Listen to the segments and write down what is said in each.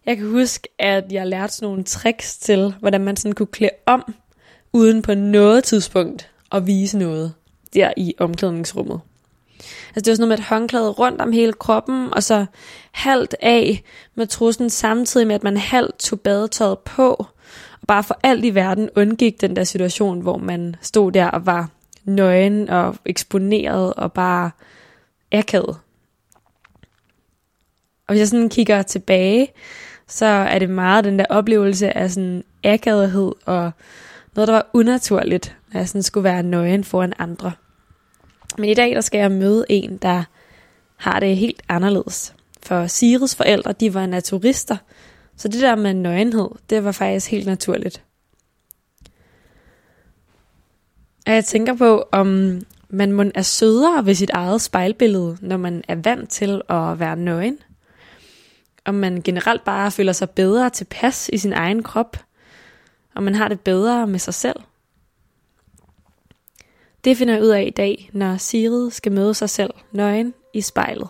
Jeg kan huske, at jeg lærte sådan nogle tricks til, hvordan man sådan kunne klæde om, uden på noget tidspunkt at vise noget der i omklædningsrummet. Altså det var sådan noget med et håndklæde rundt om hele kroppen, og så halvt af med trussen, samtidig med, at man halvt tog badetøjet på, og bare for alt i verden undgik den der situation, hvor man stod der og var nøgen og eksponeret og bare akavet. Og hvis jeg sådan kigger tilbage, så er det meget den der oplevelse af sådan akavethed og noget, der var unaturligt, at jeg sådan skulle være nøgen foran andre. Men i dag, der skal jeg møde en, der har det helt anderledes. For Sirids forældre, de var naturister, så det der med nøgenhed, det var faktisk helt naturligt. Og jeg tænker på, om man er sødere ved sit eget spejlbillede, når man er vant til at være nøgen. Om man generelt bare føler sig bedre tilpas i sin egen krop. Om man har det bedre med sig selv. Det finder jeg ud af i dag, når Sigrid skal møde sig selv nøgen i spejlet.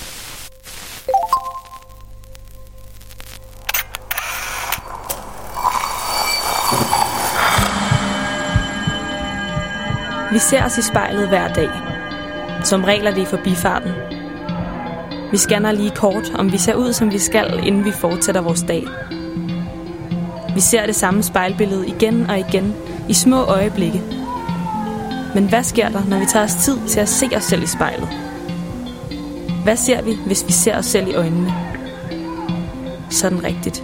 Vi ser os i spejlet hver dag. Som regel er det i forbifarten. Vi scanner lige kort, om vi ser ud, som vi skal, inden vi fortsætter vores dag. Vi ser det samme spejlbillede igen og igen, i små øjeblikke. Men hvad sker der, når vi tager os tid til at se os selv i spejlet? Hvad ser vi, hvis vi ser os selv i øjnene? Sådan rigtigt.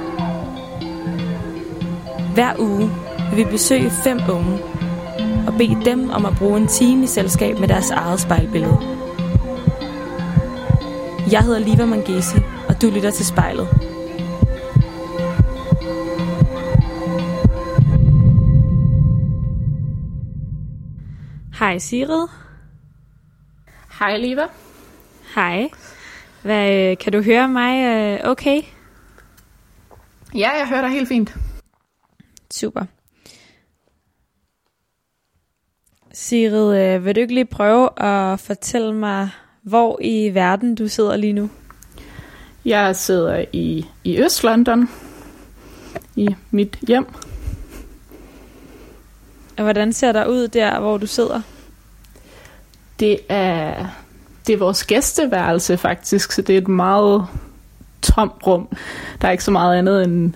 Hver uge vil vi besøge 5 unge og bede dem om at bruge en time i selskab med deres eget spejlbillede. Jeg hedder Liva Mangesi, og du lytter til Spejlet. Hej Sigrid. Hej Liva. Hej. Kan du høre mig okay? Ja, jeg hører dig helt fint. Super. Sigrid, vil du ikke lige prøve at fortælle mig, hvor i verden du sidder lige nu? Jeg sidder i Øst-London, i mit hjem. Og hvordan ser der ud der, hvor du sidder? Det er vores gæsteværelse faktisk, så det er et meget tomt rum. Der er ikke så meget andet end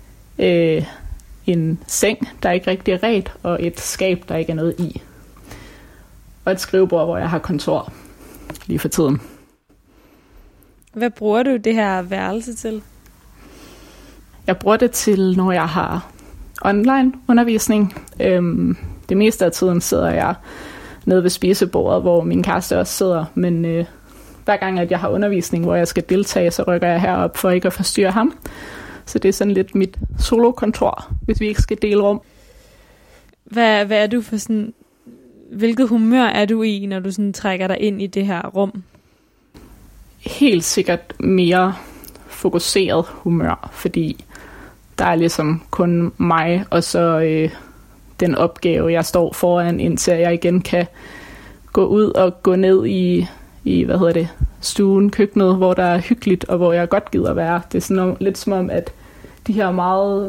en seng, der ikke rigtig er ret, og et skab, der ikke er noget i. Og et skrivebord, hvor jeg har kontor lige for tiden. Hvad bruger du det her værelse til? Jeg bruger det til, når jeg har online undervisning. Det meste af tiden sidder jeg nede ved spisebordet, hvor min kæreste også sidder. Men hver gang, at jeg har undervisning, hvor jeg skal deltage, så rykker jeg herop for ikke at forstyrre ham. Så det er sådan lidt mit solokontor, hvis vi ikke skal dele rum. Hvad er du for sådan... Hvilket humør er du i, når du sådan trækker dig ind i det her rum? Helt sikkert mere fokuseret humør, fordi der er ligesom kun mig, og så den opgave, jeg står foran, indtil jeg igen kan gå ud og gå ned i stuen, køkkenet, hvor der er hyggeligt, og hvor jeg godt gider være. Det er sådan lidt som om, at de her meget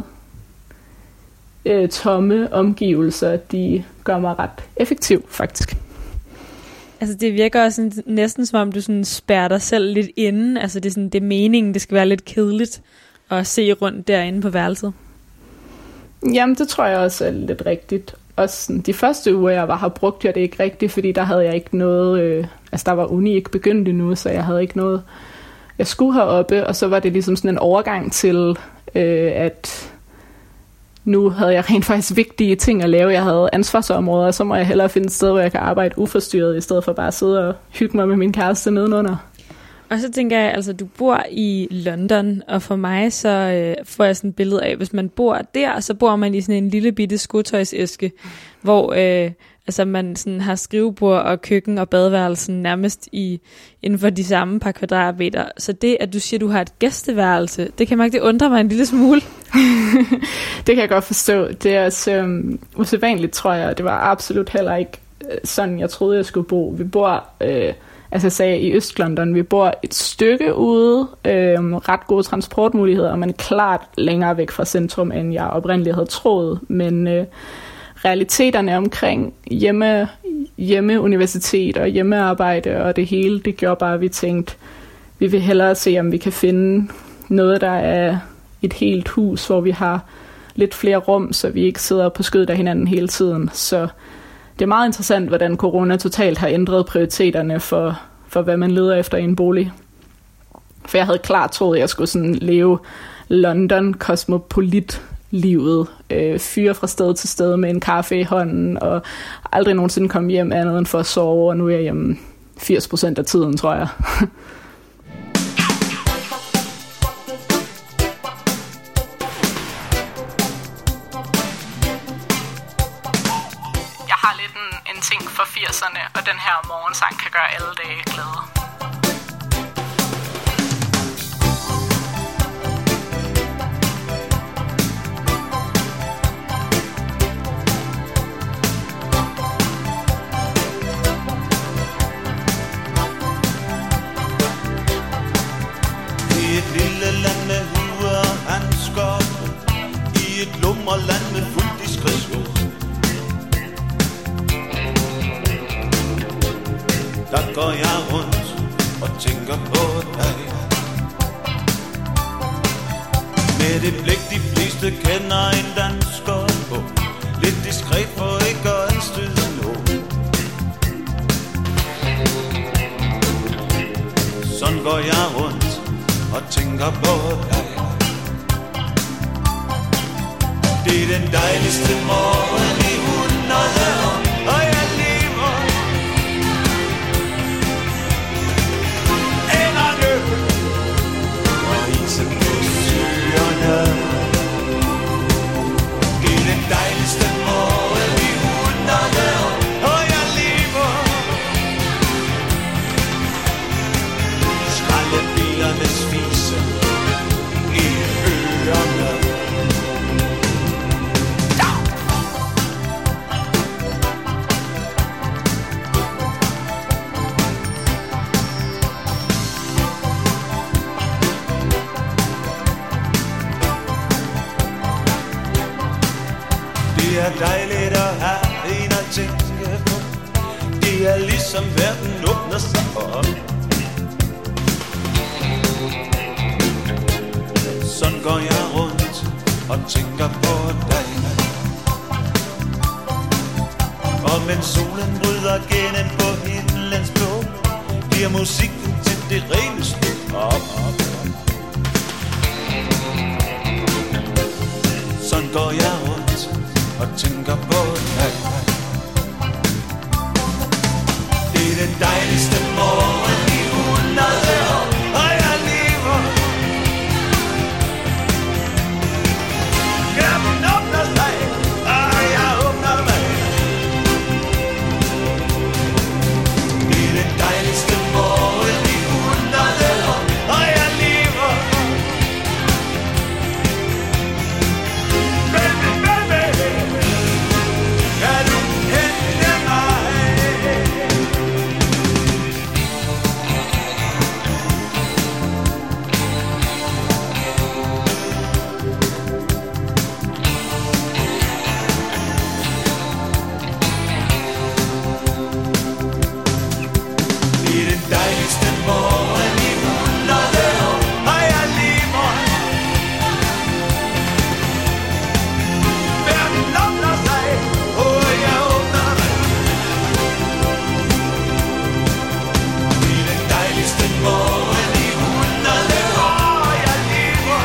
tomme omgivelser, de gør mig ret effektiv, faktisk. Altså det virker også sådan, næsten som om du sådan spærrer dig selv lidt inde. Altså det er sådan, det er meningen, det skal være lidt kedeligt at se rundt derinde på værelset. Jamen det tror jeg også er lidt rigtigt. Også sådan, de første uger jeg var her, brugte jeg det ikke rigtigt, fordi der havde jeg ikke noget, der var uni ikke begyndt endnu, så jeg havde ikke noget, jeg skulle heroppe, og så var det ligesom sådan en overgang til, at nu havde jeg rent faktisk vigtige ting at lave. Jeg havde ansvarsområder, og så må jeg hellere finde et sted, hvor jeg kan arbejde uforstyrret, i stedet for bare at sidde og hygge mig med min kæreste nedenunder. Og så tænker jeg, altså du bor i London, og for mig så får jeg sådan et billede af, hvis man bor der, så bor man i sådan en lille bitte skotøjsæske, hvor man sådan har skrivebord og køkken og badeværelsen nærmest inden for de samme par kvadratmeter. Så det, at du siger, du har et gæsteværelse, det kan man ikke, det undrer mig en lille smule. Det kan jeg godt forstå. Det er også usædvanligt, tror jeg. Det var absolut heller ikke sådan, jeg troede, jeg skulle bo. Vi bor Altså jeg sagde i Øst-London, vi bor et stykke ude, ret gode transportmuligheder, men klart længere væk fra centrum, end jeg oprindeligt havde troet. Men realiteterne omkring hjemmeuniversitet og hjemmearbejde og det hele, det gjorde bare, at vi tænkte, vi vil hellere se, om vi kan finde noget, der er et helt hus, hvor vi har lidt flere rum, så vi ikke sidder på skødet af hinanden hele tiden. Så det er meget interessant, hvordan corona totalt har ændret prioriteterne for hvad man leder efter i en bolig. For jeg havde klart troet, at jeg skulle sådan leve London cosmopolit-livet. Fyre fra sted til sted med en kaffe i hånden, og aldrig nogensinde komme hjem andet end for at sove, og nu er jeg hjemme 80% af tiden, tror jeg. En ting for 80'erne, og den her morgensang kan gøre alle dage glade. I et lille land med huer og handsker, i et lummerland med fuld diskretion, der går jeg rundt og tænker på dig. Med det blik de fleste kender en dansker på, lidt diskret for ikke at anstøde nogen. Sådan går jeg rundt og tænker på dig. Det er den dejligste morgen i 100 år, og jeg lever. Og isen på søerne. Det er den dejligste morgen i 100 år, og jeg lever. Skraldebilernes fise i ørerne. Det er dejligt at have en at tænke på. Det er ligesom verden åbner sig op. Sådan går jeg rundt og tænker på dig. Og mens solen bryder gennem på himlens blå, bliver musikken til det reneste op. Sådan går jeg rundt og tænker på dig. Det er den dejligste morgen i 100 år, og jeg lever. Hjernen åbner sig, og jeg åbner mig. Det er den dejligste morgen i 100 år, og jeg lever. Baby, baby, kan du hente mig? Det er den dejligste morgen i 100 år, og jeg lever. Verden åbner sig, og jeg åbner mig. Det er den dejligste morgen i 100 år, og jeg lever.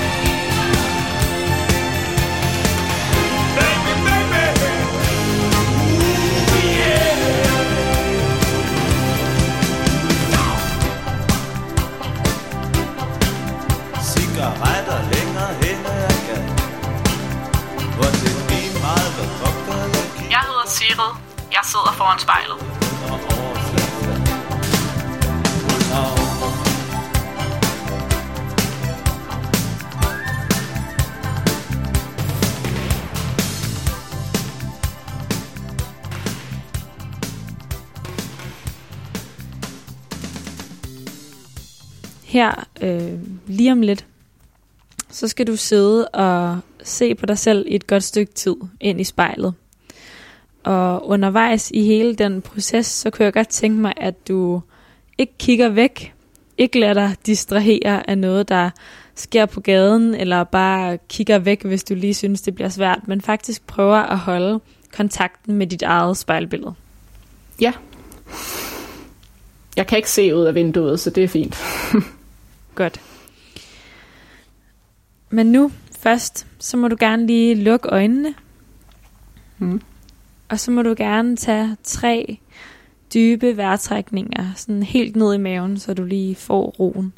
Baby, baby, yeah. Cigaretter længere hen ad gaden, hvor det er lige meget, hvad koster jeg giver. Jeg hedder Sigrid. Jeg sidder foran spejlet. Og overfladen. her lige om lidt, så skal du sidde og se på dig selv i et godt stykke tid ind i spejlet. Og undervejs i hele den proces, så kunne jeg godt tænke mig, at du ikke kigger væk, ikke lader dig distrahere af noget, der sker på gaden, eller bare kigger væk, hvis du lige synes, det bliver svært, men faktisk prøver at holde kontakten med dit eget spejlbillede. Ja. Jeg kan ikke se ud af vinduet, så det er fint. Godt. Men nu først, så må du gerne lige lukke øjnene. Og så må du gerne tage 3 dybe vejrtrækninger, sådan helt ned i maven, så du lige får roen.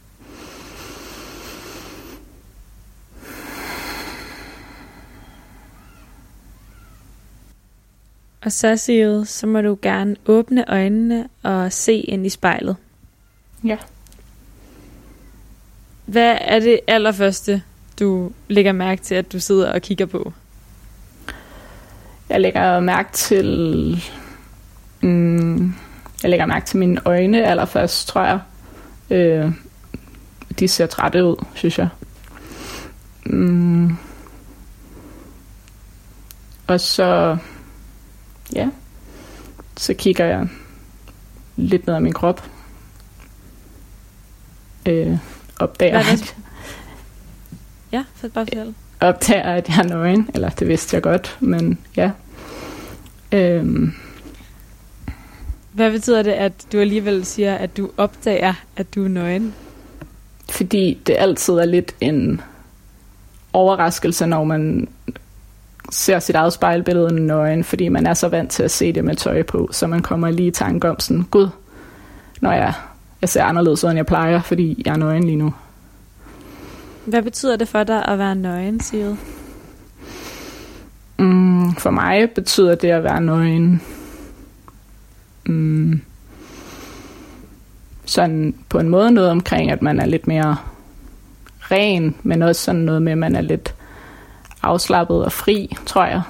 Og så Sigrid, så må du gerne åbne øjnene og se ind i spejlet. Ja. Hvad er det allerførste, du lægger mærke til, at du sidder og kigger på? Jeg lægger mærke til mine øjne allerførst, tror jeg. De ser trætte ud, synes jeg. Og så, ja, så kigger jeg lidt ned ad min krop. Opdager, at jeg er nøgen, eller det vidste jeg godt, men ja. Hvad betyder det, at du alligevel siger, at du opdager, at du er nøgen? Fordi det altid er lidt en overraskelse, når man ser sit eget spejlbillede nøgen, fordi man er så vant til at se det med tøj på, så man kommer lige i tanke om sådan, gud, når jeg ser anderledes ud, end jeg plejer, fordi jeg er nøgen lige nu. Hvad betyder det for dig at være nøgen, Sigrid? For mig betyder det at være nøgen sådan på en måde noget omkring, at man er lidt mere ren, men også sådan noget med, at man er lidt afslappet og fri, tror jeg.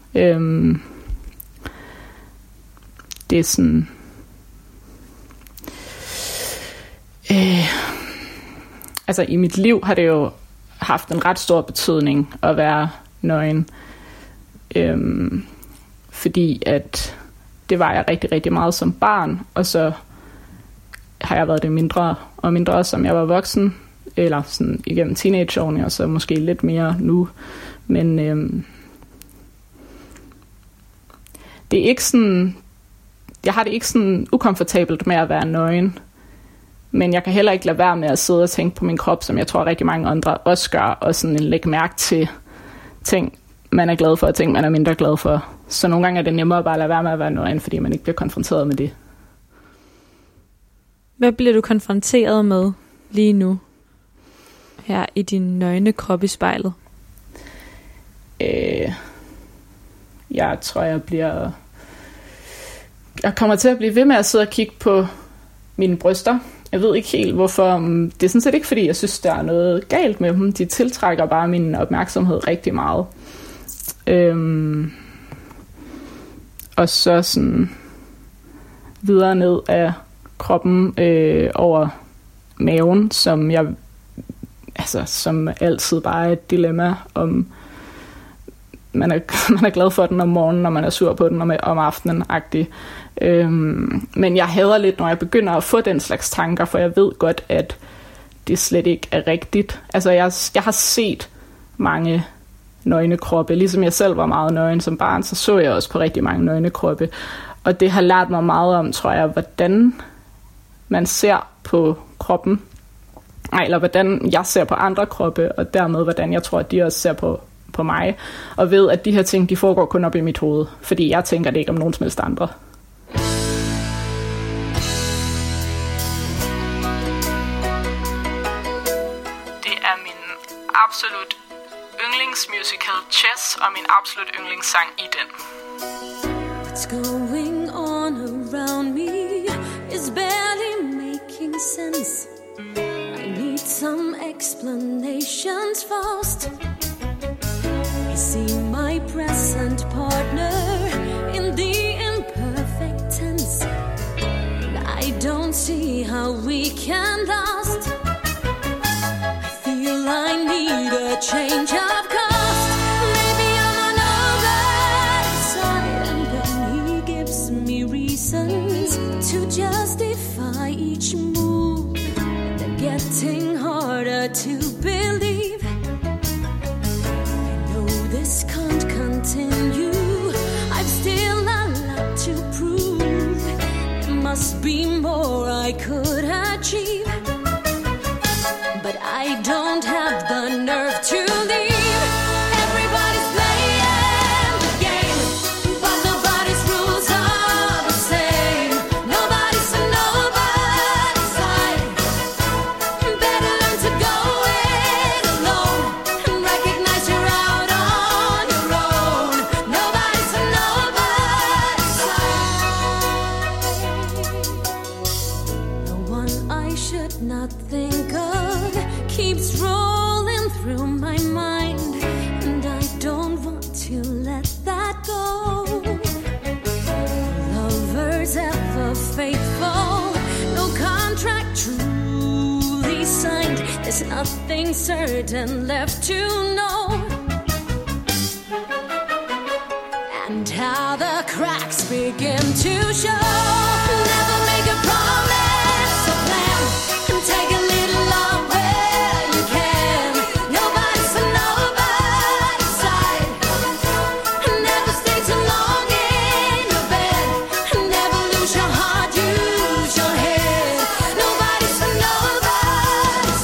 Det er sådan... altså i mit liv har det jo haft en ret stor betydning at være nøgen. Fordi at det var jeg rigtig, rigtig meget som barn, og så har jeg været det mindre og mindre, som jeg var voksen, eller sådan igennem teenageårene, og så måske lidt mere nu. Men det er ikke sådan, jeg har det ikke sådan ukomfortabelt med at være nøgen, men jeg kan heller ikke lade være med at sidde og tænke på min krop, som jeg tror rigtig mange andre også gør, og sådan lægge mærke til ting, man er glad for, og ting, man er mindre glad for. Så nogle gange er det nemmere bare at lade være med at være nøgen, fordi man ikke bliver konfronteret med det. Hvad bliver du konfronteret med lige nu, her i din nøgne krop i spejlet? Jeg tror, jeg kommer til at blive ved med at sidde og kigge på mine bryster. Jeg ved ikke helt, hvorfor. Det er sådan set ikke, fordi jeg synes, der er noget galt med dem. De tiltrækker bare min opmærksomhed rigtig meget. Og så sådan videre ned af kroppen over maven, som som altid bare er et dilemma, om man er glad for den om morgenen, når man er sur på den om aftenen-agtig. Men jeg hader lidt, når jeg begynder at få den slags tanker, for jeg ved godt, at det slet ikke er rigtigt. Altså, jeg har set mange nøgne kroppe. Ligesom jeg selv var meget nøgen som barn, så jeg også på rigtig mange nøgne kroppe. Og det har lært mig meget om, tror jeg, hvordan man ser på kroppen. Eller hvordan jeg ser på andre kroppe, og dermed hvordan jeg tror, at de også ser på mig. Og ved, at de her ting, de foregår kun op i mit hoved. Fordi jeg tænker det ikke om nogen som helst andre. Det er min absolut yndlingsmusical Chess, og min absolut yndlingssang i den. What's going on around me is barely making sense. I need some explanations first. I see my present partner in the imperfect tense, and I don't see how we can last. hard to believe. I know this can't continue. I've still a lot to prove. There must be more I could achieve. But I don't have the nerve to leave. Everybody's playing the game, but nobody's rules are the same. Nobody's on nobody's side. Better learn to go it alone and recognize you're out on your own. Nobody's on nobody's side. The one I should not think of keeps rolling through my mind, and I don't want to let that go. Lovers ever faithful, no contract truly signed. There's nothing certain left to know. And how the cracks begin to show. Never make a promise or plan, and take a little love where you can. Nobody's on nobody's side. Never stay too long in your bed. Never lose your heart, use your head. Nobody's on nobody's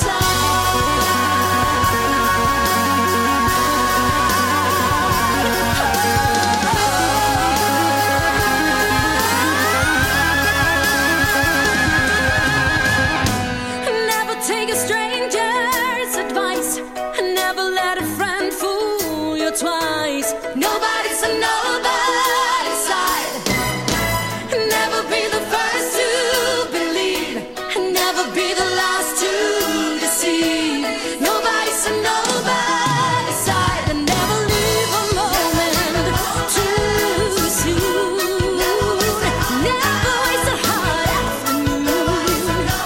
Never take a stranger's advice. Never let a friend fool you twice. Nobody's on nobody's side. Never be the first to believe. Never be the last to deceive. Nobody's on nobody's side. And never leave a moment too soon. Never waste a hot afternoon.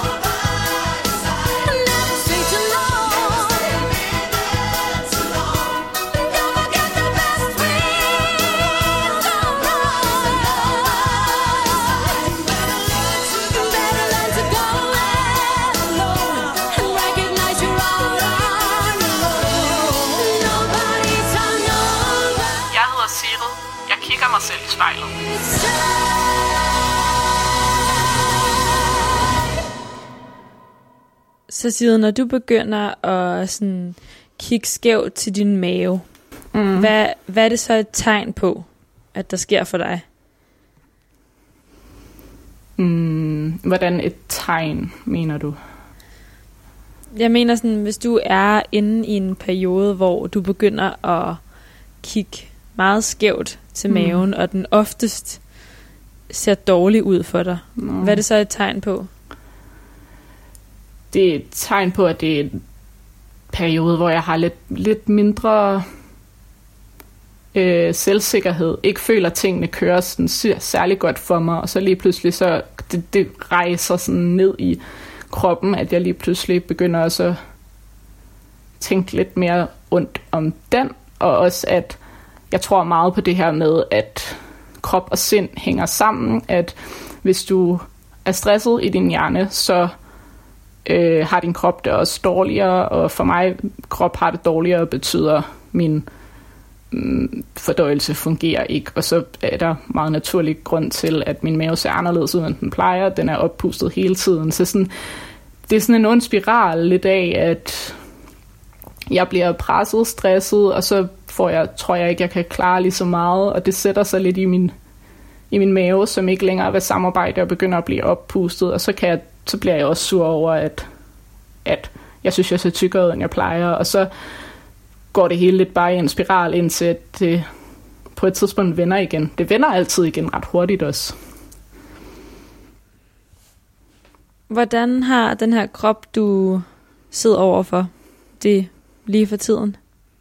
Never stay too long. Don't forget the best friends around. Better learn to go alone and recognize you're out on your own. Nobody's on nobody's Jeg hedder Sigrid. Jeg kigger mig selv i spejlet. Så Sigrid, når du begynder at sådan kigge skævt til din mave, hvad er det så et tegn på, at der sker for dig? Hvordan et tegn, mener du? Jeg mener sådan, hvis du er inde i en periode, hvor du begynder at kigge meget skævt til maven, og den oftest ser dårlig ud for dig. Hvad er det så et tegn på? Det er et tegn på, at det er en periode, hvor jeg har lidt mindre selvsikkerhed. Ikke føler, at tingene kører sådan særlig godt for mig, og så lige pludselig så det rejser sådan ned i kroppen, at jeg lige pludselig begynder også at tænke lidt mere ondt om den, og også at jeg tror meget på det her med, at krop og sind hænger sammen, at hvis du er stresset i din hjerne, så har din krop det også dårligere, og for mig, krop har det dårligere, betyder min fordøjelse fungerer ikke, og så er der meget naturlig grund til, at min mave ser anderledes ud, end den plejer. Den er oppustet hele tiden, så sådan, det er sådan en ond spiral lidt af, at jeg bliver presset, stresset, og så tror jeg ikke, jeg kan klare lige så meget, og det sætter sig lidt i min mave, som ikke længere vil samarbejde og begynder at blive oppustet, og så bliver jeg også sur over, at jeg synes, jeg ser tykkere ud, end jeg plejer, og så går det hele lidt bare i en spiral, indtil at det på et tidspunkt vender igen. Det vender altid igen ret hurtigt også. Hvordan har den her krop, du sidder overfor, det lige for tiden?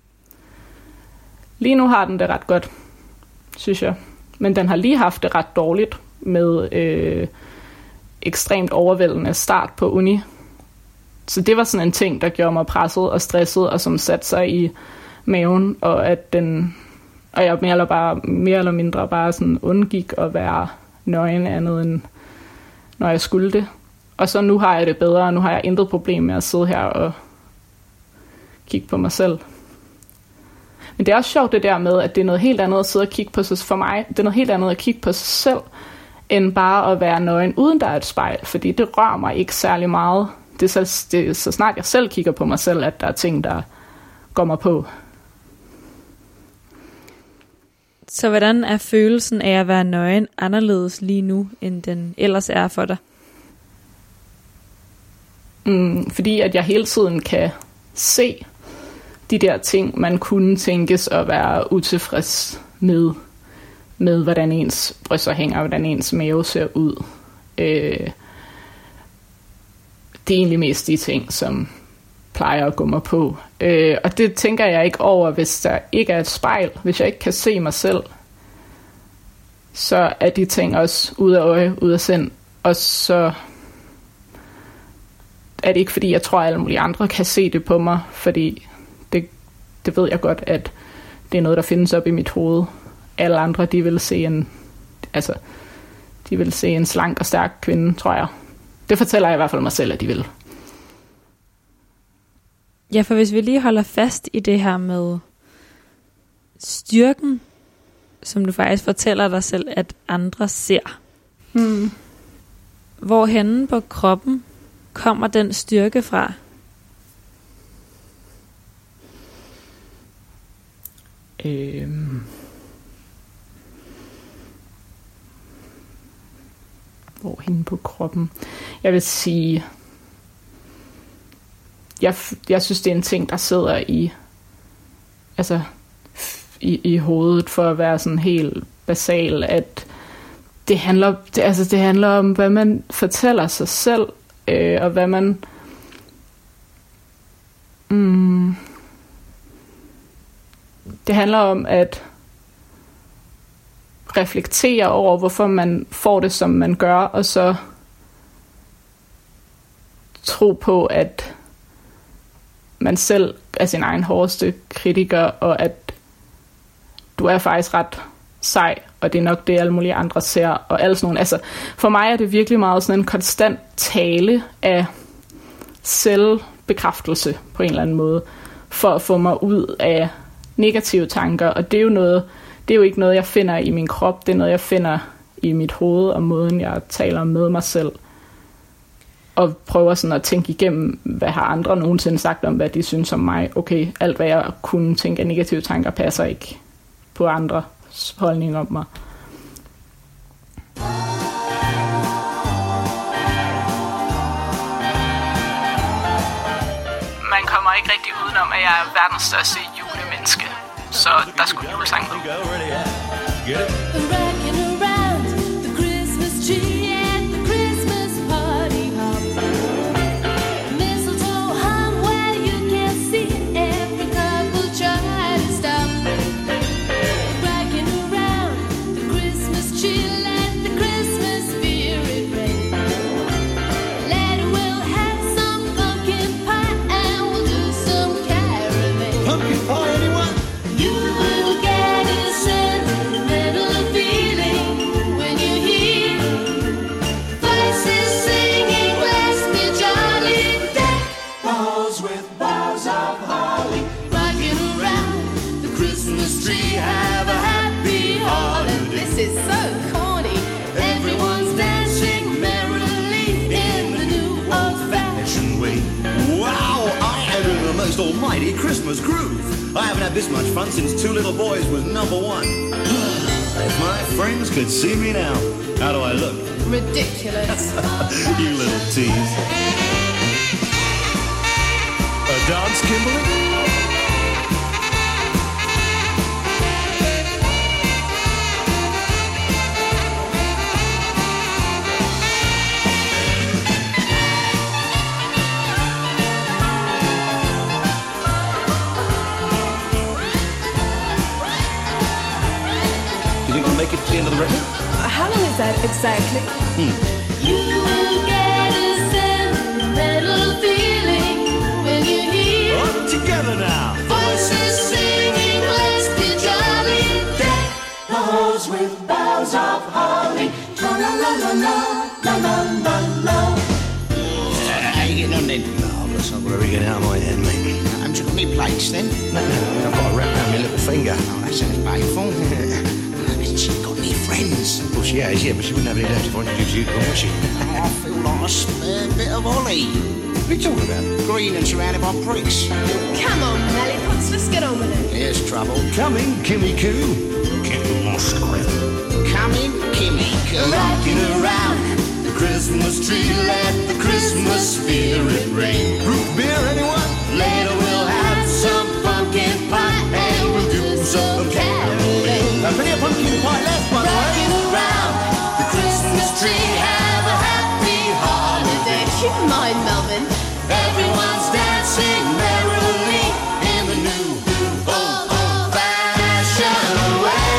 Lige nu har den det ret godt, synes jeg. Men den har lige haft det ret dårligt med ekstremt overvældende start på uni. Så det var sådan en ting, der gjorde mig presset og stresset, og som satte sig i maven, og jeg mere eller mindre bare sådan undgik at være nøgen andet end når jeg skulle det. Og så nu har jeg det bedre, og nu har jeg intet problem med at sidde her kigge på mig selv. Men det er også sjovt det der med, at det er noget helt andet at sidde og kigge på sig. For mig, det er noget helt andet at kigge på sig selv, end bare at være nøgen, uden der er et spejl. Fordi det rører mig ikke særlig meget. Det er så snart jeg selv kigger på mig selv, at der er ting, der går mig på. Så hvordan er følelsen af at være nøgen anderledes lige nu, end den ellers er for dig? Fordi at jeg hele tiden kan se de der ting, man kunne tænkes at være utilfreds med hvordan ens bryster hænger, hvordan ens mave ser ud. Det er egentlig mest de ting, som plejer at gå mig på. Og det tænker jeg ikke over, hvis der ikke er et spejl. Hvis jeg ikke kan se mig selv, så er de ting også ude af øje, ude af sind. Og så er det ikke, fordi jeg tror, at alle mulige andre kan se det på mig, fordi det ved jeg godt, at det er noget, der findes op i mit hoved. Alle andre, de vil se en slank og stærk kvinde, tror jeg. Det fortæller jeg i hvert fald mig selv, at de vil. Ja, for hvis vi lige holder fast i det her med styrken, som du faktisk fortæller dig selv, at andre ser. Hvorhenne på kroppen kommer den styrke fra? Hvorhenne på kroppen? Jeg vil sige, jeg synes, det er en ting, der sidder i hovedet, for at være sådan helt basal, at det handler om, hvad man fortæller sig selv, og hvad man det handler om at reflektere over, hvorfor man får det, som man gør, og så tro på, at man selv er sin egen hårdeste kritiker, og at du er faktisk ret sej, og det er nok det, alle mulige andre ser, og alt sådan nogle. Altså, for mig er det virkelig meget sådan en konstant tale af selvbekræftelse på en eller anden måde, for at få mig ud af negative tanker, og det er jo ikke noget, jeg finder i min krop, det er noget, jeg finder i mit hoved, og måden, jeg taler med mig selv, og prøver sådan at tænke igennem, hvad har andre nogensinde sagt om, hvad de synes om mig. Okay, alt hvad jeg kunne tænke af negative tanker, passer ikke på andres holdning om mig. Man kommer ikke rigtig udenom, at jeg er verdens største julemenneske. Så der skulle julesang med. Almighty Christmas groove. I haven't had this much fun since Two Little Boys was number one. If my friends could see me now, how do I look? Ridiculous. You little tease. A dance, Kimberly? Make it to the end of the record? How long is that exactly? You will get a sentimental feeling when you hear All together now. voices singing, let's be jolly. Deck the halls with boughs of holly. La la la la la la la la la. How you getting on then? Marvellous, I've Whatever you get out of my head, mate. Haven't you got any plates then? No, I've got a wrap around my little finger. Oh, that sounds painful. Hasn't she got any friends? Well, she has, yeah, but she wouldn't have any left if I introduced you to her, would she? Oh, I feel like a spare bit of Ollie. What are you talking about? Green and surrounded by pricks. Come on, Lollipops, let's get on with it. Here's trouble. Come in, Kimmy Coo. Kimmy Musgrave. Come in, Kimmy. Rocking around the Christmas tree, let the Christmas spirit ring. Root beer, anyone? Later we'll have some pumpkin pie and we'll do some caroling. Plenty of pumpkin pie left, by the way. Rocking around the Christmas tree, have a happy holiday. Keep in mind, Melvin. Everyone's dancing merrily in the new old-fashioned way.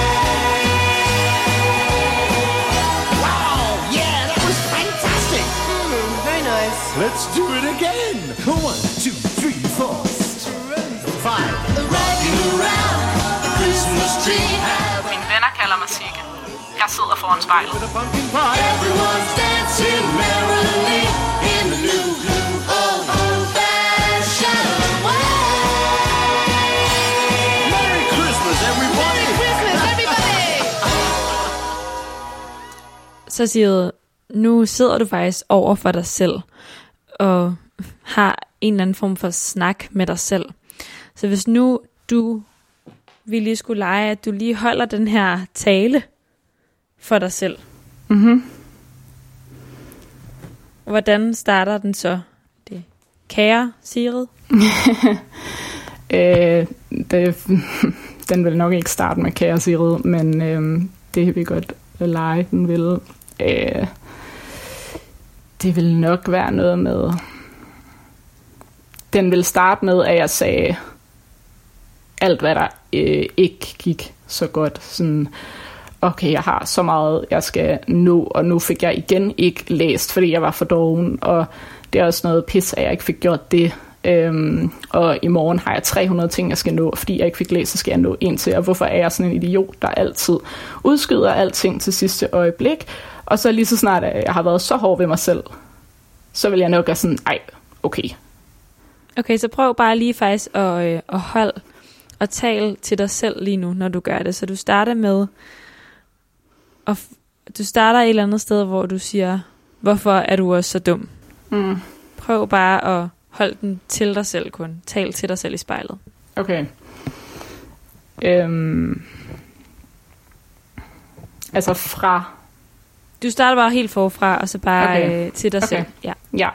Wow, yeah, that was fantastic. Very nice. Let's do it again. 1, 2, 3, 4, 5. Rocking around the Christmas tree. Mine venner kalder mig Sigge. Jeg sidder foran spejlet. With a pumpkin pie. Everyone's dancing merrily in the new old-fashioned way. Merry Christmas, everybody. Christmas, everybody! Så siger nu sidder du faktisk over for dig selv, og har en eller anden form for snak med dig selv. Så hvis nu vi lige skulle lege, at du lige holder den her tale for dig selv. Hvordan starter den så? Det kære Sigrid? Den vil nok ikke starte med kære Sigrid, men det kan vi godt lege, den vil. Det vil nok være noget med... Den vil starte med, at jeg sagde alt, hvad der ikke gik så godt. Sådan, okay, jeg har så meget, jeg skal nå, og nu fik jeg igen ikke læst, fordi jeg var for doven, og det er også noget pis, at jeg ikke fik gjort det. Og i morgen har jeg 300 ting, jeg skal nå, fordi jeg ikke fik læst, så skal jeg nå en til. Og hvorfor er jeg sådan en idiot, der altid udskyder alting til sidste øjeblik? Og så lige så snart, at jeg har været så hård ved mig selv, så vil jeg nok være sådan, ej, okay. Okay, så prøv bare lige faktisk at holde og tale til dig selv lige nu, når du gør det. Så du starter med, og du starter et eller andet sted, hvor du siger, hvorfor er du også så dum? Prøv bare at holde den til dig selv kun. Tal til dig selv i spejlet. Okay. Altså fra... Du starter bare helt forfra, og så bare okay. Til dig selv. Ja. Ja.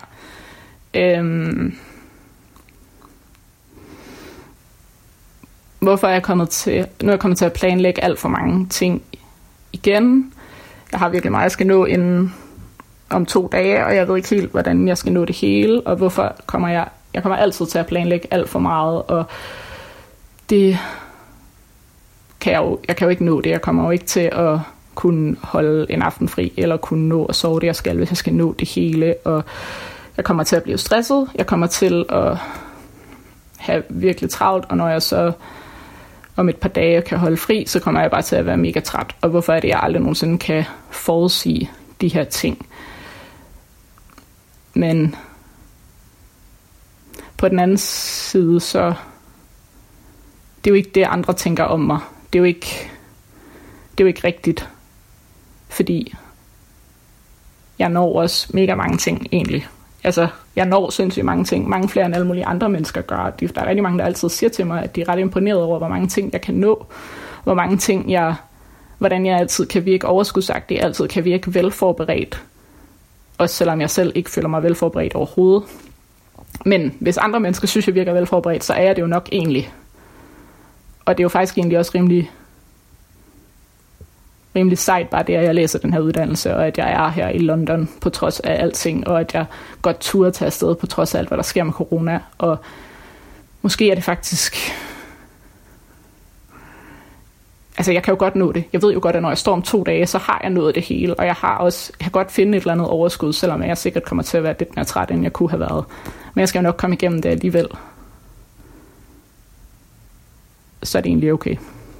Hvorfor er jeg kommet til... Nu er jeg kommet til at planlægge alt for mange ting igen. Jeg har virkelig meget, jeg skal nå inden om 2 dage, og jeg ved ikke helt, hvordan jeg skal nå det hele, og hvorfor kommer jeg... Jeg kommer altid til at planlægge alt for meget, og det kan jeg kan jo ikke nå det. Jeg kommer jo ikke til at kunne holde en aften fri, eller kunne nå at sove det, jeg skal, hvis jeg skal nå det hele, og jeg kommer til at blive stresset, jeg kommer til at have virkelig travlt, og når jeg så om et par dage kan holde fri, så kommer jeg bare til at være mega træt, og hvorfor er det, jeg aldrig nogensinde kan forudsige de her ting. Men på den anden side, så det er jo ikke det, andre tænker om mig. Det er jo ikke rigtigt, fordi jeg når også mega mange ting egentlig. Altså, jeg når sindssygt mange ting, mange flere end alle mulige andre mennesker gør. Der er rigtig mange, der altid siger til mig, at de er ret imponeret over, hvor mange ting jeg kan nå, hvor mange ting hvordan jeg altid kan virke overskudsagtig, altid kan virke velforberedt, også selvom jeg selv ikke føler mig velforberedt overhovedet. Men hvis andre mennesker synes, jeg virker velforberedt, så er jeg det jo nok egentlig. Og det er jo faktisk egentlig også rimelig sejt, bare det, at jeg læser den her uddannelse, og at jeg er her i London på trods af alting, og at jeg godt turde tage afsted på trods af alt, hvad der sker med corona. Og måske er det faktisk... Altså, jeg kan jo godt nå det. Jeg ved jo godt, at når jeg står om 2 dage, så har jeg nået det hele, og jeg kan godt finde et eller andet overskud, selvom jeg sikkert kommer til at være lidt mere træt, end jeg kunne have været. Men jeg skal jo nok komme igennem det alligevel. Så er det egentlig okay.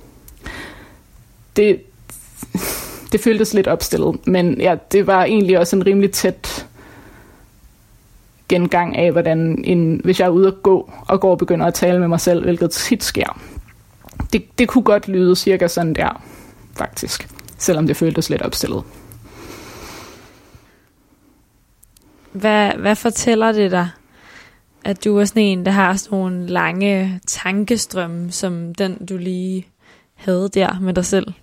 Det føltes lidt opstillet, men ja, det var egentlig også en rimelig tæt gengang af, hvordan hvis jeg er ude at gå og begynder at tale med mig selv, hvilket tit sker. Det kunne godt lyde cirka sådan der, faktisk. Selvom det føltes lidt opstillet. Hvad fortæller det dig, at du er sådan en, der har sådan nogle lange tankestrømme, som den, du lige havde der med dig selv?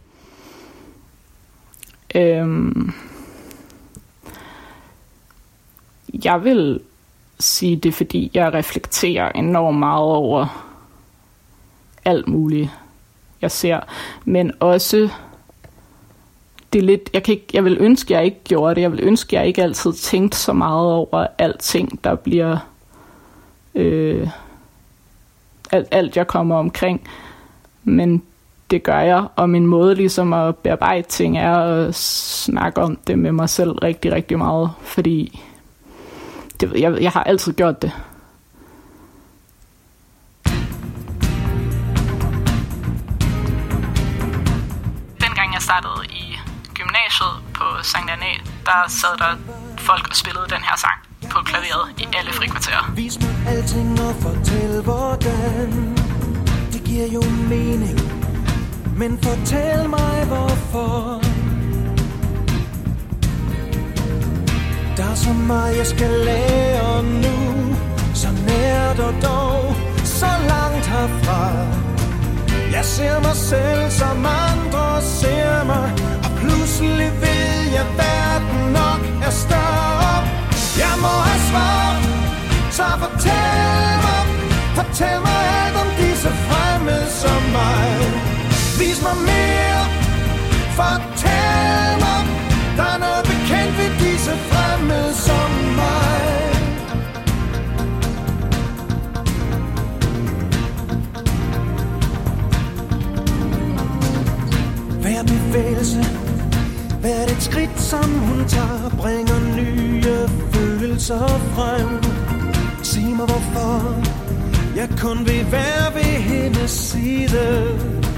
Jeg vil sige det, fordi jeg reflekterer enormt meget over alt muligt, jeg ser. Men også, det er lidt, jeg vil ønske, jeg ikke gjorde det. Jeg vil ønske, jeg ikke altid tænkte så meget over alting, der bliver alt jeg kommer omkring. Men det gør jeg, og min måde ligesom at bearbejde ting er at snakke om det med mig selv rigtig, rigtig meget, fordi jeg har altid gjort det. Dengang jeg startede i gymnasiet på Sankt Anna, der sad der folk og spillede den her sang på klaveret i alle frikvarterer. Vis mig alting og fortæl hvordan. Det giver jo mening, men fortæl mig hvorfor. Der er så meget jeg skal lære nu. Så nært og dog, så langt herfra. Jeg ser mig selv som andre ser mig, og pludselig ved jeg verden nok er større. Jeg må have svar, så fortæl mig alt om disse fremmede som mig. Vis mig mere, fortæl mig, der er noget bekendt ved disse fremmede som mig. Hver bevægelse, hvert et skridt som hun tager, bringer nye følelser frem. Sig mig hvorfor jeg kun vil være ved hendes side.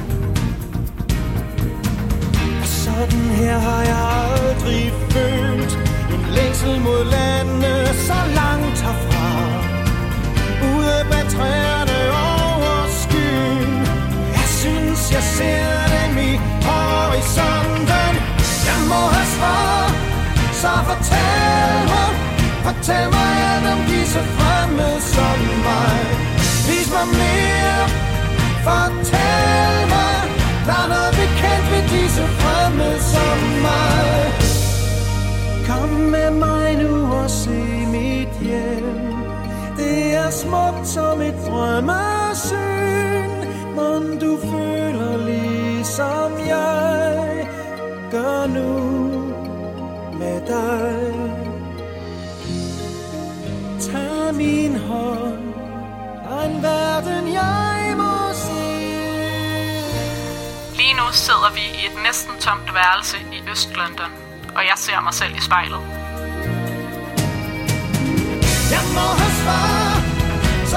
Og sådan her har jeg aldrig følt en længsel mod lande så langt herfra. Ude bag træerne over skyen, jeg synes jeg ser dem i horisonten. Jeg må have svar, så fortæl mig alt om disse fremmede som mig. Vis mig mere, fortæl mig, der er noget bekendt ved disse fremmede som mig. Kom med mig nu og se mit hjem. Det er smukt som et drømmesyn. Mon du føler ligesom jeg gør nu med dig. Tag min hånd, og en verden jeg må se. Lige nu sidder vi i et næsten tomt værelse i Øst-London, og jeg ser mig selv i spejlet. Jeg må have svar, så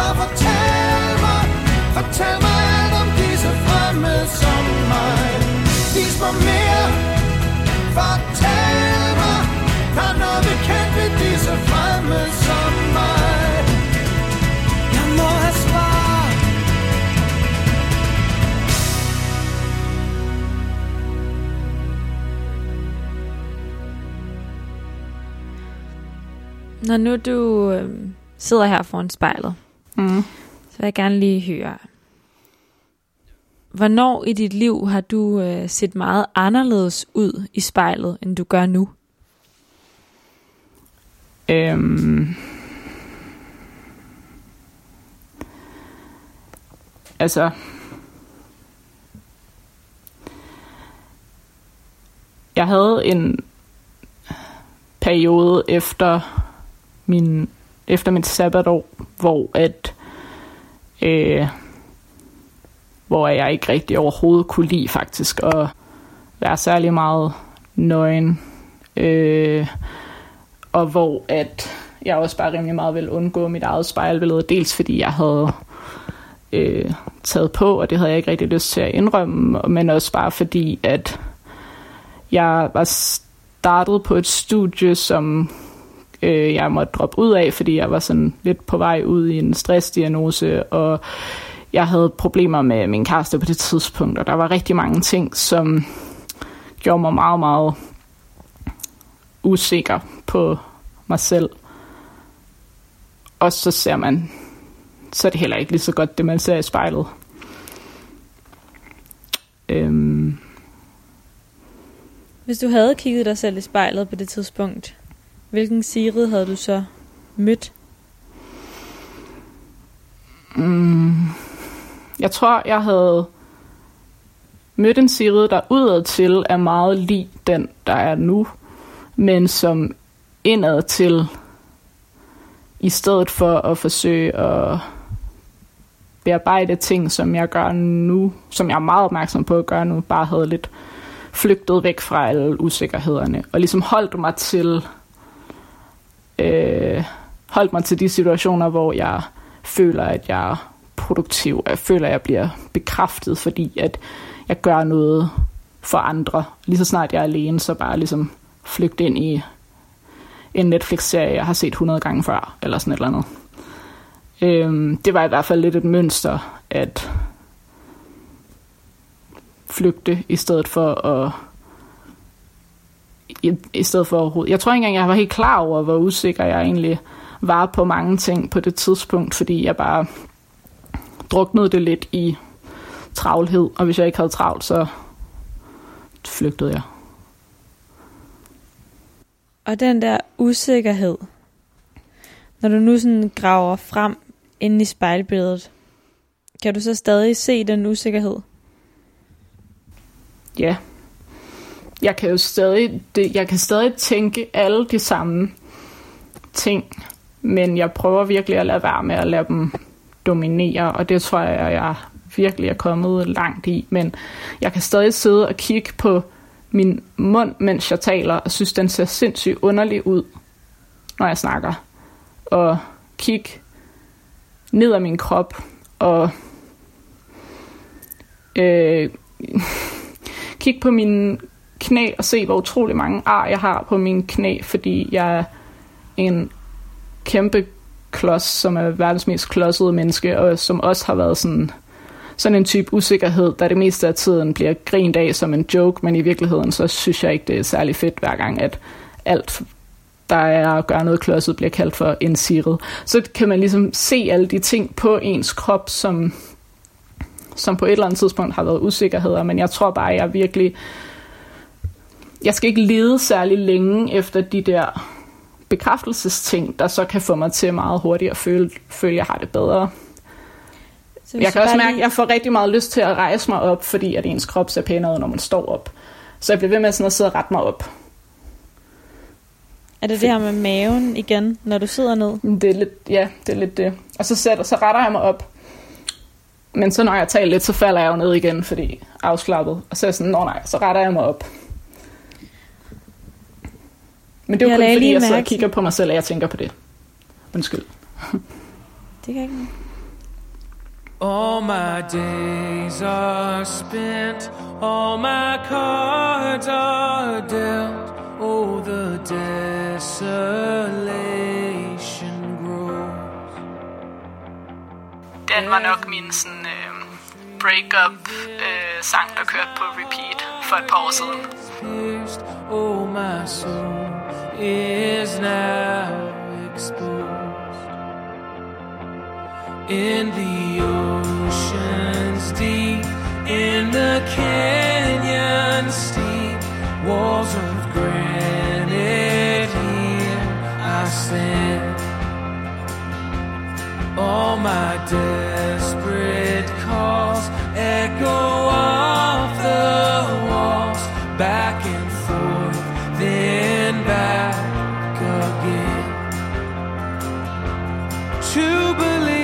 fortæl mig alt om disse fremmede som mig. Vis mig mere, fortæl mig, der er noget bekendt ved disse fremmede som mig. Jeg må have svar. Når nu du sidder her foran spejlet, så vil jeg gerne lige høre, hvornår i dit liv har du set meget anderledes ud i spejlet, end du gør nu? Altså, jeg havde en periode efter mit sabbatår, hvor jeg ikke rigtig overhovedet kunne lide faktisk at være særlig meget nøgen, og hvor at jeg også bare rimelig meget ville undgå mit eget spejlbillede, dels fordi jeg havde taget på, og det havde jeg ikke rigtig lyst til at indrømme, men også bare fordi at jeg var startet på et studie, som jeg måtte droppe ud af, fordi jeg var sådan lidt på vej ud i en stressdiagnose, og jeg havde problemer med min kæreste på det tidspunkt, og der var rigtig mange ting, som gjorde mig meget, meget usikker på mig selv. Og så så er det heller ikke lige så godt, det man ser i spejlet. Hvis du havde kigget dig selv i spejlet på det tidspunkt, hvilken Sigrid havde du så mødt? Jeg tror, jeg havde mødt en Sigrid, der udadtil er meget lig den, der er nu, men som indadtil, i stedet for at forsøge at bearbejde ting, som jeg gør nu, som jeg er meget opmærksom på at gøre nu, bare havde lidt flygtet væk fra alle usikkerhederne, og ligesom holdt mig til de situationer, hvor jeg føler, at jeg er produktiv, jeg føler, at jeg bliver bekræftet, fordi at jeg gør noget for andre. Lige så snart jeg er alene, så bare ligesom flygte ind i en Netflix-serie, jeg har set 100 gange før, eller sådan et eller andet. Det var i hvert fald lidt et mønster, at flygte, i stedet for overhovedet. Jeg tror ikke engang, jeg var helt klar over, hvor usikker jeg egentlig var på mange ting på det tidspunkt, fordi jeg bare druknede det lidt i travlhed, og hvis jeg ikke havde travlt, så flygtede jeg. Og den der usikkerhed, når du nu sådan graver frem inde i spejlbilledet, kan du så stadig se den usikkerhed? Ja. Jeg kan stadig tænke alle de samme ting, men jeg prøver virkelig at lade være med at lade dem dominere, og det tror jeg virkelig er kommet langt i, men jeg kan stadig sidde og kigge på min mund, mens jeg taler, og synes, den ser sindssygt underlig ud, når jeg snakker, og kigge ned ad min krop, og kigge på mine knæ, og se, hvor utrolig mange ar jeg har på mine knæ, fordi jeg er en kæmpe klods, som er verdens mest klodsede menneske, og som også har været sådan en type usikkerhed, der det meste af tiden bliver grint af som en joke, men i virkeligheden, så synes jeg ikke, det er særlig fedt hver gang, at alt, der er at gøre noget klodset, bliver kaldt for en Sigrid. Så kan man ligesom se alle de ting på ens krop, som på et eller andet tidspunkt har været usikkerheder, men jeg tror bare, jeg skal ikke lede særlig længe efter de der bekræftelsesting, der så kan få mig til meget hurtigt at føle, at jeg har det bedre. Jeg kan også mærke, at jeg får rigtig meget lyst til at rejse mig op, fordi at ens krop ser pænere ud, når man står op. Så jeg bliver ved med sådan at sidde og rette mig op. Er det her med maven igen, når du sidder ned? Det er lidt det. Og så retter jeg mig op. Men så når jeg taler lidt, så falder jeg jo ned igen, fordi afslappet. Og så er jeg sådan, så retter jeg mig op. Men det er jo kun fordi, jeg sidder og kigger på mig selv, og jeg tænker på det. Undskyld. Det kan ikke. All my days are spent, all my cards are dealt. Oh, the desolation grows. Den var nok min sådan break-up sang, der kørte på repeat for et par år siden. Oh, my soul is now exposed. In the oceans deep, in the canyons steep, walls of granite here I stand. All my desperate calls echo off the walls, back and forth, then back again. To believe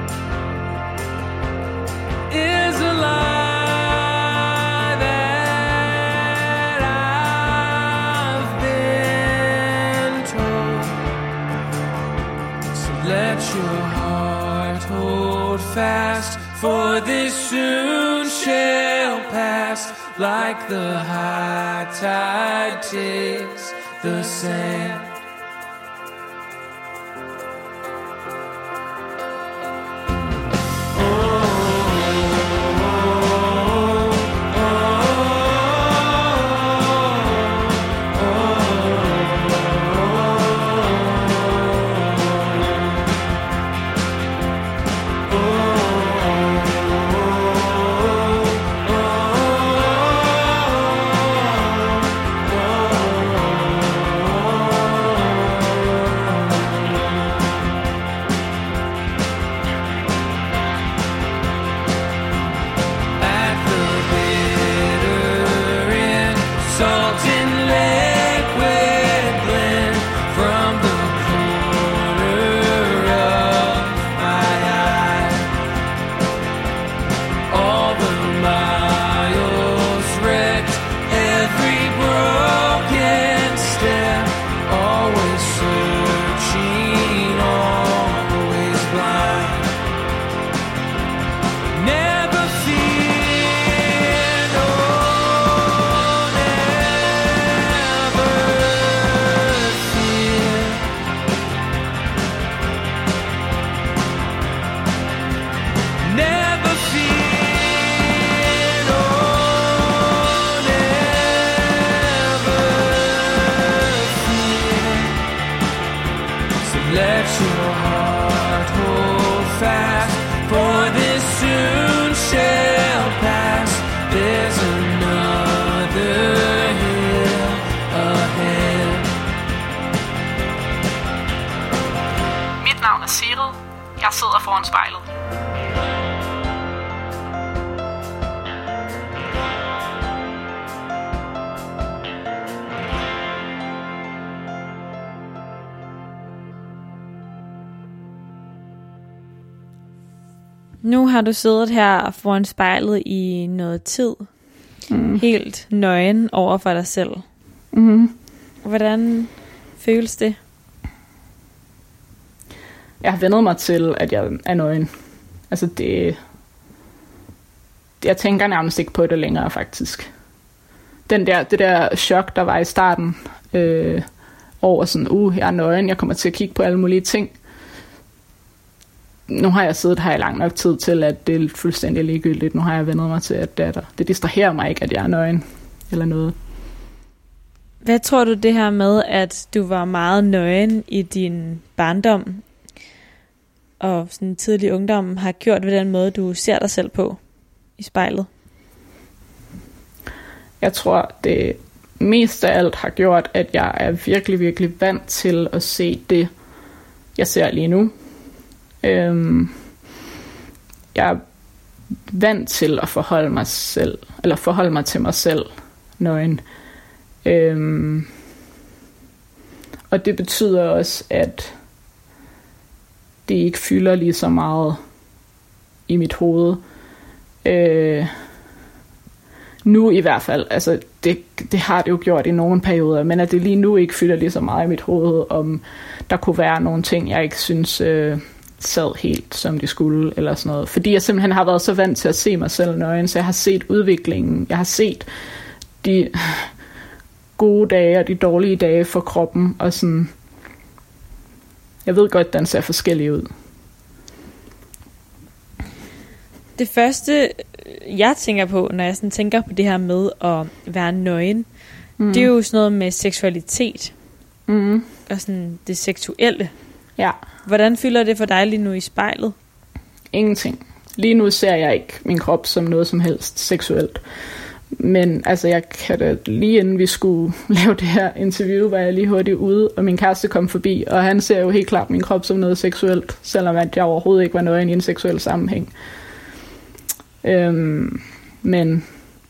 is a lie that for this soon shall pass, like the high tide takes the sand. Jeg sidder foran spejlet. Nu har du siddet her foran spejlet i noget tid. Helt nøgen over for dig selv. Hvordan føles det? Jeg har vendet mig til, at jeg er nøgen. Altså jeg tænker nærmest ikke på det længere, faktisk. Det der chok, der var i starten, over sådan, jeg er nøgen, jeg kommer til at kigge på alle mulige ting. Nu har jeg siddet her i lang nok tid til, at det er fuldstændig ligegyldigt. Nu har jeg vendet mig til, at det distraherer mig ikke, at jeg er nøgen, eller noget. Hvad tror du det her med, at du var meget nøgen i din barndom, og sådan tidlig ungdom, har gjort ved den måde, du ser dig selv på i spejlet? Jeg tror, det mest af alt har gjort, at jeg er virkelig, virkelig vant til at se det, jeg ser lige nu. Jeg er vant til at forholde mig til mig selv nøgen. Og det betyder også, at det ikke fylder lige så meget i mit hoved. Nu i hvert fald, altså det har det jo gjort i nogle perioder, men at det lige nu ikke fylder lige så meget i mit hoved, om der kunne være nogle ting, jeg ikke synes sad helt som de skulle, eller sådan noget. Fordi jeg simpelthen har været så vant til at se mig selv nøgen, så jeg har set udviklingen, jeg har set de gode dage og de dårlige dage for kroppen, og sådan, jeg ved godt, den ser forskellig ud. Det første, jeg tænker på, når jeg sådan tænker på det her med at være nøgen, det er jo sådan noget med seksualitet. Og sådan det seksuelle. Ja. Hvordan fylder det for dig lige nu i spejlet? Ingenting. Lige nu ser jeg ikke min krop som noget som helst seksuelt. Men altså, jeg kan da lige inden vi skulle lave det her interview, var jeg lige hurtigt ude, og min kæreste kom forbi, og han ser jo helt klart min krop som noget seksuelt, selvom at jeg overhovedet ikke var nøgen i en seksuel sammenhæng. Men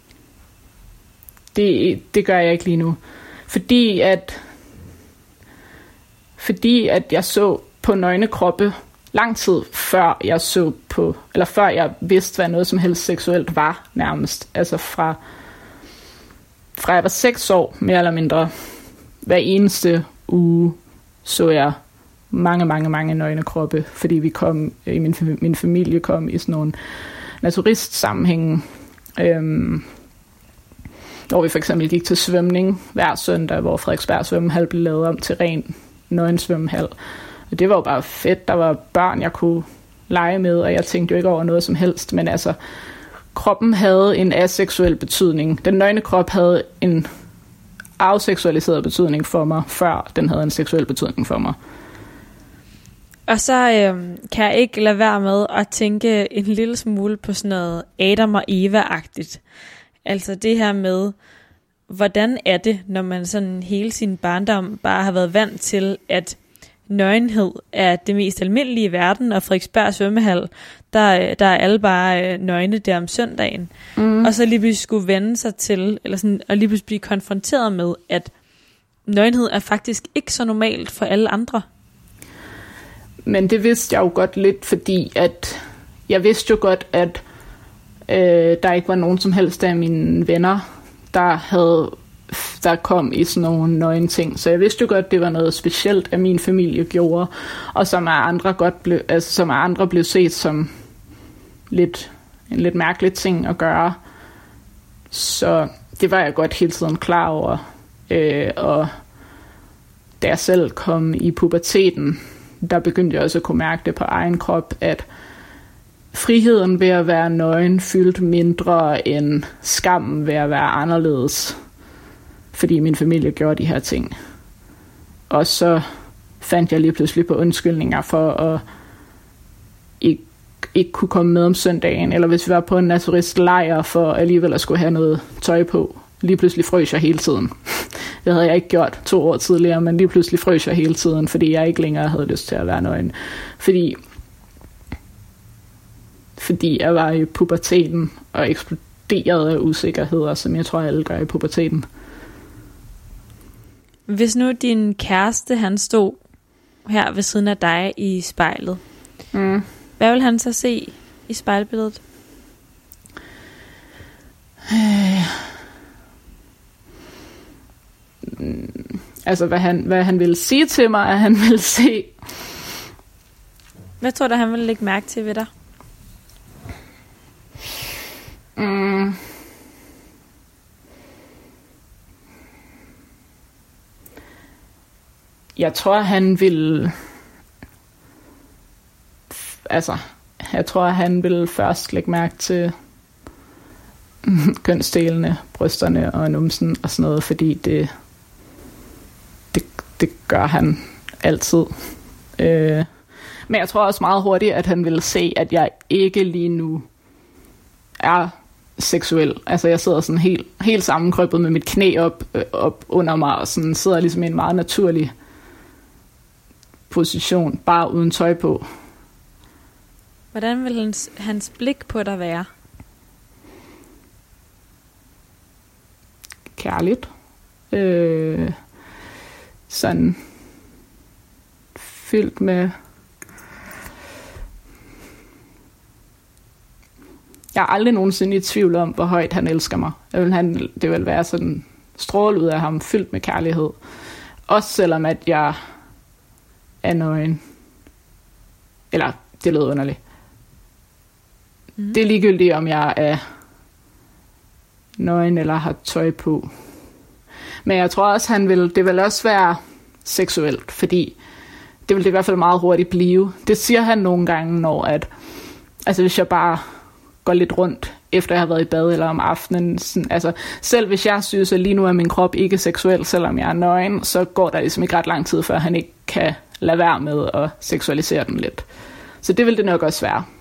det gør jeg ikke lige nu. Fordi at jeg så på nøgne kroppe lang tid før jeg så på, eller før jeg vidste, hvad noget som helst seksuelt var nærmest. Altså fra jeg var 6 år, mere eller mindre, hver eneste uge så jeg mange nøgne kroppe, fordi vi kom, min familie kom i sådan nogle naturistsammenhængen. Hvor vi for eksempel gik til svømning hver søndag, hvor Frederiksberg svømmehal blev lavet om til ren nøgensvømmehal. Og det var jo bare fedt. Der var børn, jeg kunne lege med, og jeg tænkte jo ikke over noget som helst. Men altså, kroppen havde en aseksuel betydning. Den nøgne krop havde en afseksualiseret betydning for mig, før den havde en seksuel betydning for mig. Og så kan jeg ikke lade være med at tænke en lille smule på sådan noget Adam og Eva-agtigt. Altså det her med, hvordan er det, når man sådan hele sin barndom bare har været vant til, at nøgenhed er det mest almindelige i verden, og Frederiksberg svømmehal, der er alle bare nøgne der om søndagen. Og så lige pludselig skulle vende sig til, eller sådan, og lige pludselig blive konfronteret med, at nøgenhed er faktisk ikke så normalt for alle andre. Men det vidste jeg jo godt lidt, fordi at jeg vidste jo godt, at der ikke var nogen som helst af mine venner, der kom i sådan nogle nøgne ting. Så jeg vidste jo godt, at det var noget specielt, at min familie gjorde, og som andre blev set som en lidt mærkelig ting at gøre. Så det var jeg godt hele tiden klar over. Og da jeg selv kom i puberteten, der begyndte jeg også at kunne mærke det på egen krop, at friheden ved at være nøgen fyldte mindre end skammen ved at være anderledes, fordi min familie gjorde de her ting. Og så fandt jeg lige pludselig på undskyldninger for at ikke kunne komme med om søndagen, eller hvis vi var på en naturistlejr for alligevel at skulle have noget tøj på. Lige pludselig frøs jeg hele tiden. Det havde jeg ikke gjort 2 år tidligere, men lige pludselig frøs jeg hele tiden, fordi jeg ikke længere havde lyst til at være nøgen. Fordi jeg var i puberteten og eksploderede af usikkerheder, som jeg tror, alle gør i puberteten. Hvis nu din kæreste, han stod her ved siden af dig i spejlet, hvad vil han så se i spejlbilledet? Altså, hvad han ville sige til mig, at han ville se. Hvad tror du, han ville lægge mærke til ved dig? Jeg tror, han vil... Altså, jeg tror, han vil først lægge mærke til kønsdelene, brysterne og numsen og sådan noget, fordi det gør han altid. Men jeg tror også meget hurtigt, at han vil se, at jeg ikke lige nu er seksuel. Altså jeg sidder sådan helt sammenkrøbet med mit knæ op under mig, og sådan sidder ligesom i en meget naturlig position, bare uden tøj på. Hvordan vil hans blik på dig være? Kærligt. Sådan fyldt med... Jeg er aldrig nogensinde i tvivl om, hvor højt han elsker mig. Det vil være sådan stråle ud af ham, fyldt med kærlighed. Også selvom at jeg er nøgen. Eller, det lød underligt. Det er ligegyldigt, om jeg er nøgen eller har tøj på. Men jeg tror også, det vil også være seksuelt, fordi det vil det i hvert fald meget hurtigt blive. Det siger han nogle gange, når altså hvis jeg bare går lidt rundt, efter jeg har været i bad eller om aftenen. Sådan, altså, selv hvis jeg synes, at lige nu er min krop ikke seksuel, selvom jeg er nøgen, så går der ligesom ikke ret lang tid, før han ikke kan lade være med at seksualisere den lidt. Så det vil det nok også være.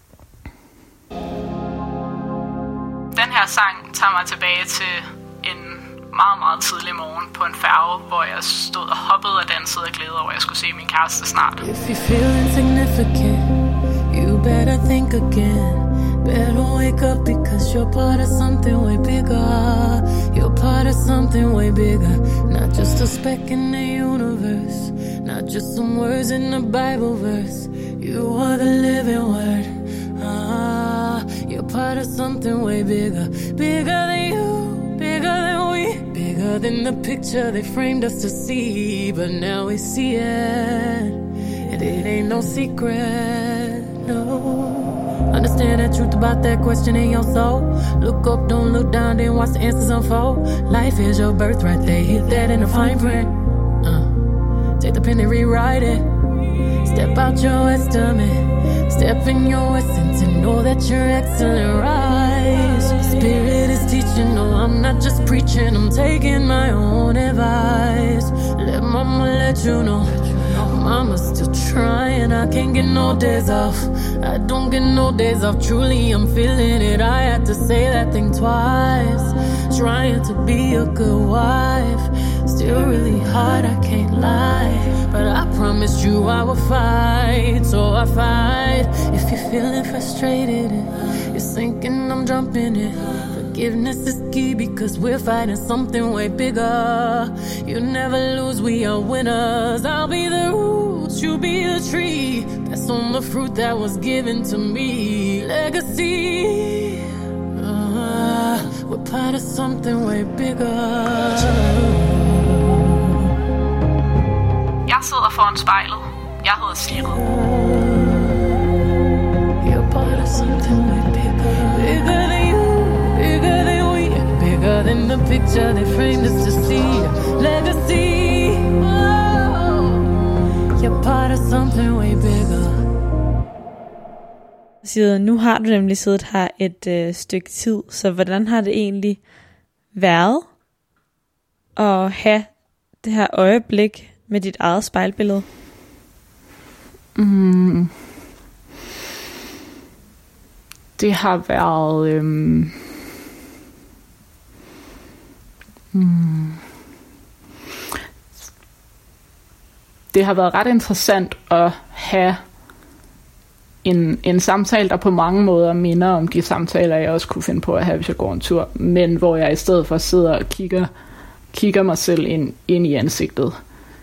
Den her sang tager mig tilbage til en meget, meget tidlig morgen på en færge, hvor jeg stod og hoppede og dansede og glædede over, at jeg skulle se min kæreste snart. If you feel insignificant, you better think again. Better wake up because you're part of something way bigger. You're part of something way bigger. Not just a speck in the universe. Not just some words in a Bible verse. You are the living word. You're part of something way bigger. Bigger than you, bigger than we. Bigger than the picture they framed us to see. But now we see it. And it ain't no secret, no. Understand the truth about that question in your soul. Look up, don't look down, then watch the answers unfold. Life is your birthright, they hit that in the fine print. Take the pen and rewrite it. Step out your estimate. Step in your essence and know that you're excellent. Rise. Spirit is teaching, no, I'm not just preaching. I'm taking my own advice. Let mama let you know. Mama's still trying, I can't get no days off. I don't get no days off, truly I'm feeling it. I had to say that thing twice. Trying to be a good wife. Still really hard, I can't lie. But I promised you I would fight, so I fight. If you're feeling frustrated and you're thinking I'm jumping in, forgiveness is key because we're fighting something way bigger. You never lose, we are winners. I'll be the roots, you be the tree. That's on the fruit that was given to me. Legacy, we're part of something way bigger. Jeg sidder foran spejlet. Jeg hedder Sigrid. You're part of something way bigger. Bigger than you, bigger than we, bigger than the picture they framed us to see. Legacy, oh, you're part of something way bigger. Siden nu har du nemlig siddet her et stykke tid, så hvordan har det egentlig været at have det her øjeblik med dit eget spejlbillede? Det har været det har været ret interessant at have en samtale, der på mange måder minder om de samtaler, jeg også kunne finde på at have, hvis jeg går en tur, men hvor jeg i stedet for sidder og kigger mig selv ind i ansigtet.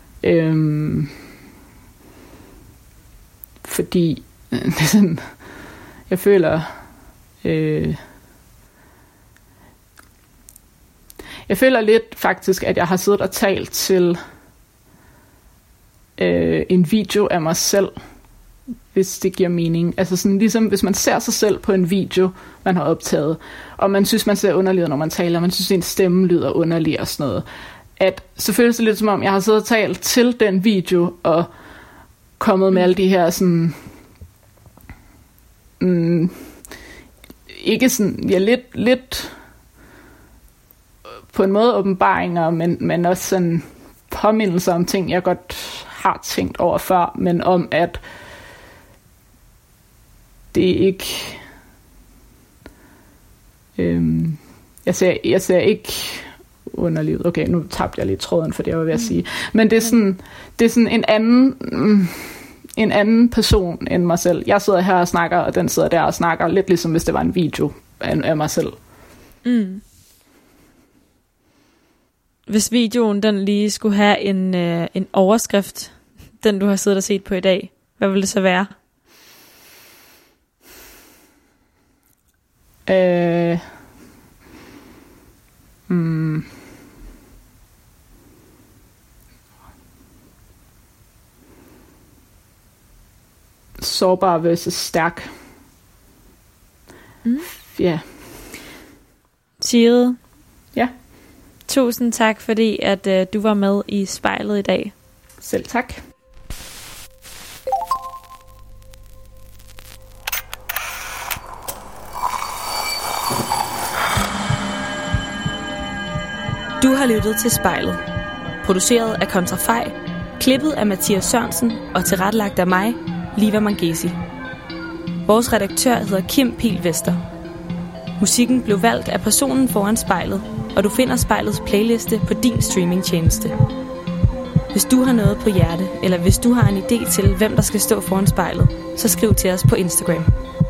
Fordi det er sådan, jeg føler lidt faktisk, at jeg har siddet og talt til en video af mig selv, hvis det giver mening. Altså sådan ligesom, hvis man ser sig selv på en video, man har optaget, og man synes, man ser underlig ud, når man taler, man synes, ens stemme lyder underlig og sådan noget, at så føles det lidt som om, jeg har siddet og talt til den video, og kommet med alle de her sådan, ikke sådan, ja, lidt på en måde åbenbaringer, men også sådan påmindelser om ting, jeg godt har tænkt over før, men om at det ikke jeg ser ikke underligt. Okay, nu tabte jeg lidt tråden for det, jeg var ved at sige. Men det er sådan en anden person end mig selv. Jeg sidder her og snakker, og den sidder der og snakker, lidt ligesom hvis det var en video af mig selv. Hvis videoen den lige skulle have en overskrift, den du har siddet og set på i dag, hvad ville det så være? Sårbar versus stærk. Ja. Sigrid. Ja. Tusind tak, fordi at du var med i spejlet i dag. Selv tak. Du har lyttet til Spejlet. Produceret af Kontrafej, klippet af Mathias Sørensen og tilrettelagt af mig, Liva Mangesi. Vores redaktør hedder Kim Pihl Vester. Musikken blev valgt af personen foran spejlet, og du finder spejlets playliste på din streamingtjeneste. Hvis du har noget på hjerte, eller hvis du har en idé til, hvem der skal stå foran spejlet, så skriv til os på Instagram.